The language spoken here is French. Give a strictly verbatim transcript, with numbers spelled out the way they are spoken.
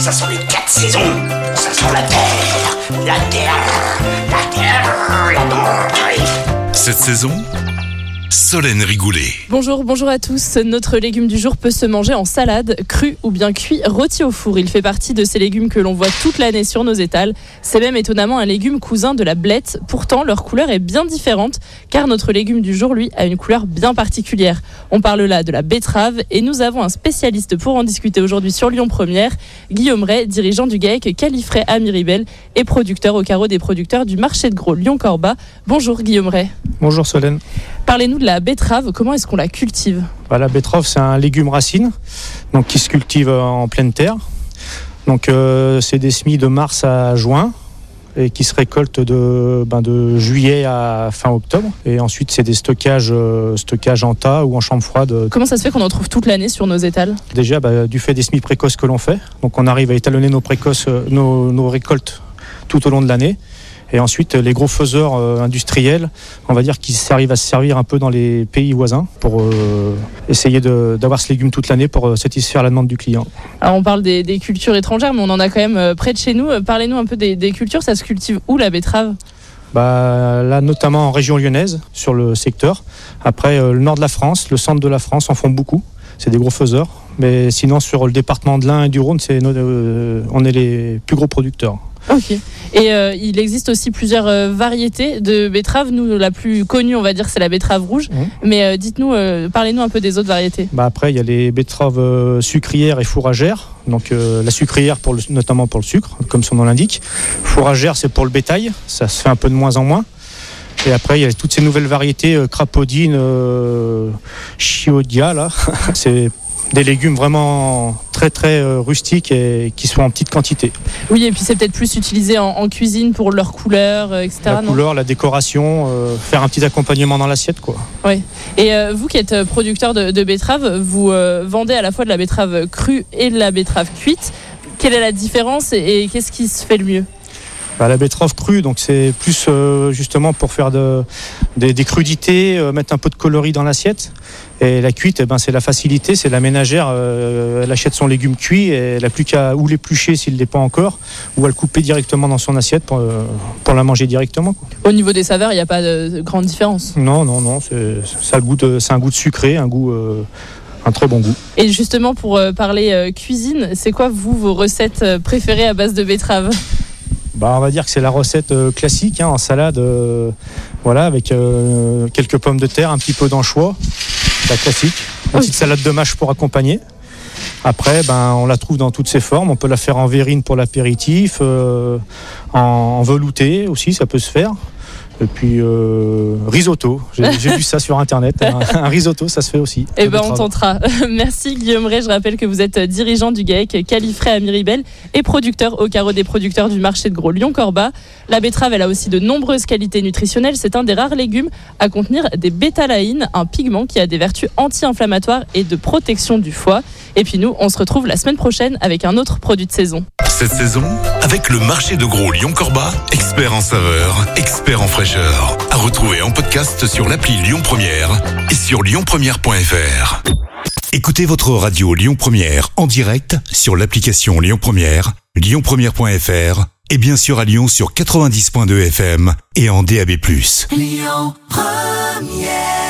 Ça sont les quatre saisons. Ça sent la terre, la terre, la terre, la terre. Cette saison, Solène Rigoulet. Bonjour, bonjour à tous. Notre légume du jour peut se manger en salade, cru ou bien cuit, rôti au four. Il fait partie de ces légumes que l'on voit toute l'année sur nos étals. C'est même étonnamment un légume cousin de la blette. Pourtant, leur couleur est bien différente car notre légume du jour, lui, a une couleur bien particulière. On parle là de la betterave et nous avons un spécialiste pour en discuter aujourd'hui sur Lyon Première, Guillaume Ray, dirigeant du GAEC Califrais à Miribel et producteur au carreau des producteurs du marché de gros Lyon-Corba. Bonjour Guillaume Ray. Bonjour Solène. Parlez-nous de la betterave, comment est-ce qu'on la cultive ? Bah, la betterave, c'est un légume racine donc, qui se cultive en pleine terre. Donc, euh, c'est des semis de mars à juin et qui se récoltent de, ben, de juillet à fin octobre. Et ensuite, c'est des stockages, euh, stockages en tas ou en chambre froide. Comment ça se fait qu'on en trouve toute l'année sur nos étals ? Déjà, bah, du fait des semis précoces que l'on fait. Donc, on arrive à étalonner nos, précoces, nos, nos récoltes tout au long de l'année. Et ensuite, les gros faiseurs euh, industriels, on va dire qu'ils arrivent à se servir un peu dans les pays voisins pour euh, essayer de, d'avoir ce légume toute l'année pour euh, satisfaire la demande du client. Alors on parle des, des cultures étrangères, mais on en a quand même euh, près de chez nous. Parlez-nous un peu des, des cultures, ça se cultive où la betterave ? Bah, là, notamment en région lyonnaise, sur le secteur. Après, euh, le nord de la France, le centre de la France en font beaucoup. C'est des gros faiseurs. Mais sinon, sur le département de l'Ain et du Rhône, c'est, euh, on est les plus gros producteurs. Ok. Et euh, il existe aussi plusieurs euh, variétés de betteraves. Nous, la plus connue, on va dire, c'est la betterave rouge. Mmh. Mais euh, dites-nous, euh, parlez-nous un peu des autres variétés. Bah après, il y a les betteraves euh, sucrières et fourragères. Donc euh, la sucrière, pour le, notamment pour le sucre, comme son nom l'indique. Fourragère, c'est pour le bétail. Ça se fait un peu de moins en moins. Et après, il y a toutes ces nouvelles variétés, euh, crapaudine, euh, chiodia, là. C'est des légumes vraiment très très euh, rustiques et qui sont en petite quantité. Oui, et puis c'est peut-être plus utilisé en, en cuisine pour leur couleur, euh, et cetera. La non couleur, la décoration, euh, faire un petit accompagnement dans l'assiette, quoi. Oui. Et euh, vous qui êtes producteur de, de betterave, vous euh, vendez à la fois de la betterave crue et de la betterave cuite. Quelle est la différence et, et qu'est-ce qui se fait le mieux ? Bah, la betterave crue, donc c'est plus euh, justement pour faire de, des, des crudités, euh, mettre un peu de coloris dans l'assiette. Et la cuite, eh ben, c'est la facilité, c'est la ménagère. Euh, elle achète son légume cuit et elle n'a plus qu'à ou l'éplucher s'il ne l'est pas encore, ou à le couper directement dans son assiette pour, euh, pour la manger directement, quoi. Au niveau des saveurs, il n'y a pas de, de grande différence ? Non, non, non, c'est, c'est, un, goût de, c'est un goût de sucré, un goût... Euh, un très bon goût. Et justement, pour euh, parler euh, cuisine, c'est quoi, vous, vos recettes euh, préférées à base de betterave ? Bah, on va dire que c'est la recette euh, classique, hein, en salade, euh, voilà, avec euh, quelques pommes de terre, un petit peu d'anchois, la classique. Une petite salade de mâche pour accompagner. Après, ben, on la trouve dans toutes ses formes. On peut la faire en verrine pour l'apéritif, euh, en, en velouté aussi, ça peut se faire. Et puis euh, risotto, j'ai, j'ai vu ça sur internet, un, un risotto ça se fait aussi. Eh ben on tentera. Merci Guillaume Ray, je rappelle que vous êtes dirigeant du GAEC Califrais à Miribel et producteur au carreau des producteurs du marché de gros Lyon-Corba. La betterave, elle a aussi de nombreuses qualités nutritionnelles, c'est un des rares légumes à contenir des bétalaïnes, un pigment qui a des vertus anti-inflammatoires et de protection du foie. Et puis nous, on se retrouve la semaine prochaine avec un autre produit de saison. Cette saison, avec le marché de gros Lyon-Corba, expert en saveur, expert en fraîcheur. À retrouver en podcast sur l'appli Lyon Première et sur lyon première point f r. Écoutez votre radio Lyon Première en direct sur l'application Lyon Première, lyon première point f r et bien sûr à Lyon sur quatre-vingt-dix point deux F M et en D A B plus. Lyon Première.